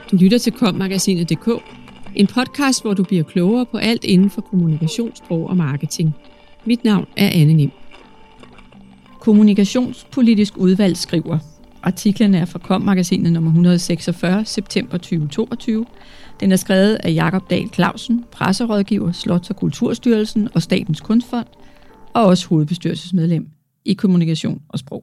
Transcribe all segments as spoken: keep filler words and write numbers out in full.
Du lytter til kommagasinet punktum d k, en podcast, hvor du bliver klogere på alt inden for kommunikationssprog og marketing. Mit navn er Anne Nim. Kommunikationspolitisk udvalg skriver. Artiklen er fra Kommagasinet nummer et hundrede og seksogfyrre, september tyve toogtyve. Den er skrevet af Jakob Dahl Clausen, presserådgiver, Slots- og Kulturstyrelsen og Statens Kunstfond, og også hovedbestyrelsesmedlem i kommunikation og sprog.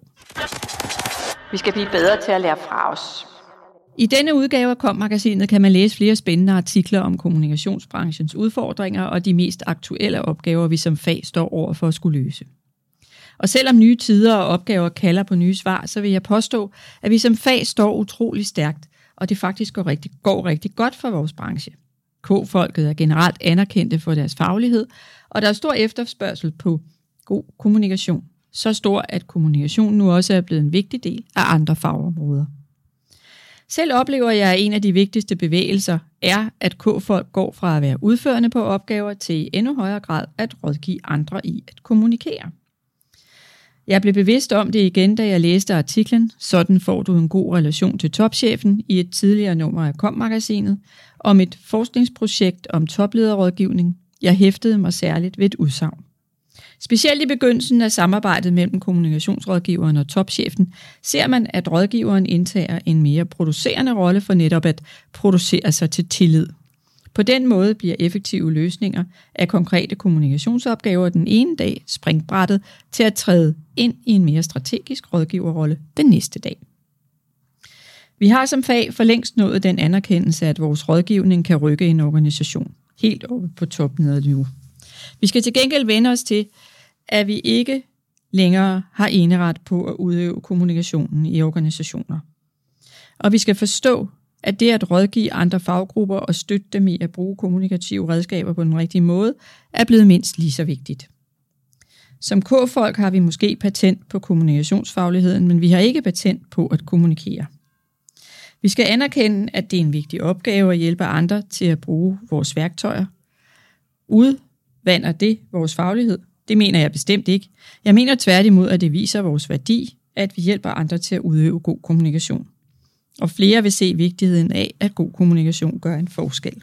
Vi skal blive bedre til at lære fra os. I denne udgave af Kommagasinet kan man læse flere spændende artikler om kommunikationsbranchens udfordringer og de mest aktuelle opgaver, vi som fag står over for at skulle løse. Og selvom nye tider og opgaver kalder på nye svar, så vil jeg påstå, at vi som fag står utrolig stærkt, og det faktisk går rigtig, går rigtig godt for vores branche. K-folket er generelt anerkendte for deres faglighed, og der er stor efterspørgsel på god kommunikation. Så stor, at kommunikation nu også er blevet en vigtig del af andre fagområder. Selv oplever jeg, at en af de vigtigste bevægelser er, at K-folk går fra at være udførende på opgaver til i endnu højere grad at rådgive andre i at kommunikere. Jeg blev bevidst om det igen, da jeg læste artiklen "Sådan får du en god relation til topchefen" i et tidligere nummer af Kommagasinet, om et forskningsprojekt om toplederrådgivning. Jeg hæftede mig særligt ved et udsagn. Specielt i begyndelsen af samarbejdet mellem kommunikationsrådgiveren og topchefen, ser man, at rådgiveren indtager en mere producerende rolle for netop at producere sig til tillid. På den måde bliver effektive løsninger af konkrete kommunikationsopgaver den ene dag springbrættet til at træde ind i en mere strategisk rådgiverrolle den næste dag. Vi har som fag for længst nået den anerkendelse, at vores rådgivning kan rykke en organisation helt oppe på topniveau. Vi skal til gengæld vende os til, at vi ikke længere har eneret på at udøve kommunikationen i organisationer. Og vi skal forstå, at det at rådgive andre faggrupper og støtte dem i at bruge kommunikative redskaber på den rigtige måde, er blevet mindst lige så vigtigt. Som K-folk har vi måske patent på kommunikationsfagligheden, men vi har ikke patent på at kommunikere. Vi skal anerkende, at det er en vigtig opgave at hjælpe andre til at bruge vores værktøjer. Udvander det vores faglighed? Det mener jeg bestemt ikke. Jeg mener tværtimod, at det viser vores værdi, at vi hjælper andre til at udøve god kommunikation. Og flere vil se vigtigheden af, at god kommunikation gør en forskel.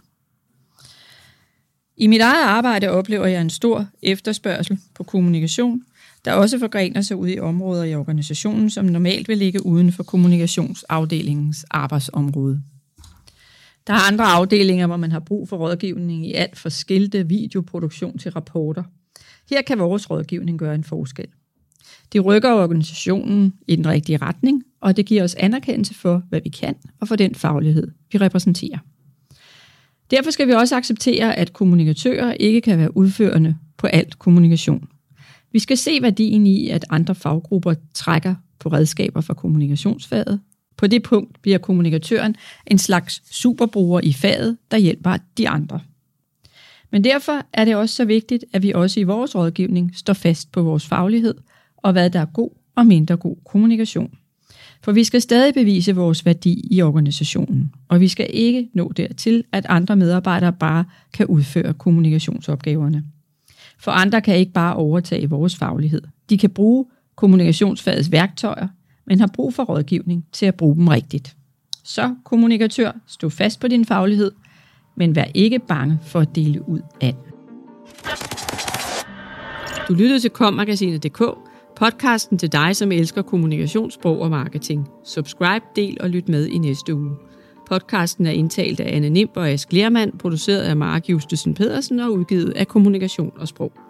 I mit eget arbejde oplever jeg en stor efterspørgsel på kommunikation, der også forgrener sig ud i områder i organisationen, som normalt vil ligge uden for kommunikationsafdelingens arbejdsområde. Der er andre afdelinger, hvor man har brug for rådgivning i alt fra skilte, videoproduktion til rapporter. Her kan vores rådgivning gøre en forskel. Det rykker organisationen i den rigtige retning, og det giver os anerkendelse for, hvad vi kan, og for den faglighed, vi repræsenterer. Derfor skal vi også acceptere, at kommunikatører ikke kan være udførende på alt kommunikation. Vi skal se værdien i, at andre faggrupper trækker på redskaber fra kommunikationsfaget. På det punkt bliver kommunikatøren en slags superbruger i faget, der hjælper de andre. Men derfor er det også så vigtigt, at vi også i vores rådgivning står fast på vores faglighed, og hvad der er god og mindre god kommunikation. For vi skal stadig bevise vores værdi i organisationen, og vi skal ikke nå dertil, at andre medarbejdere bare kan udføre kommunikationsopgaverne. For andre kan ikke bare overtage vores faglighed. De kan bruge kommunikationsfagets værktøjer, men har brug for rådgivning til at bruge dem rigtigt. Så kommunikatør, stå fast på din faglighed, men vær ikke bange for at dele ud af den. Du lyttede til Kommagasinet punktum d k, podcasten til dig, som elsker kommunikationssprog og marketing. Subscribe, del og lyt med i næste uge. Podcasten er indtalt af Anne Nim og Ask Lermand, produceret af Mark Justesen Pedersen og udgivet af Kommunikation og Sprog.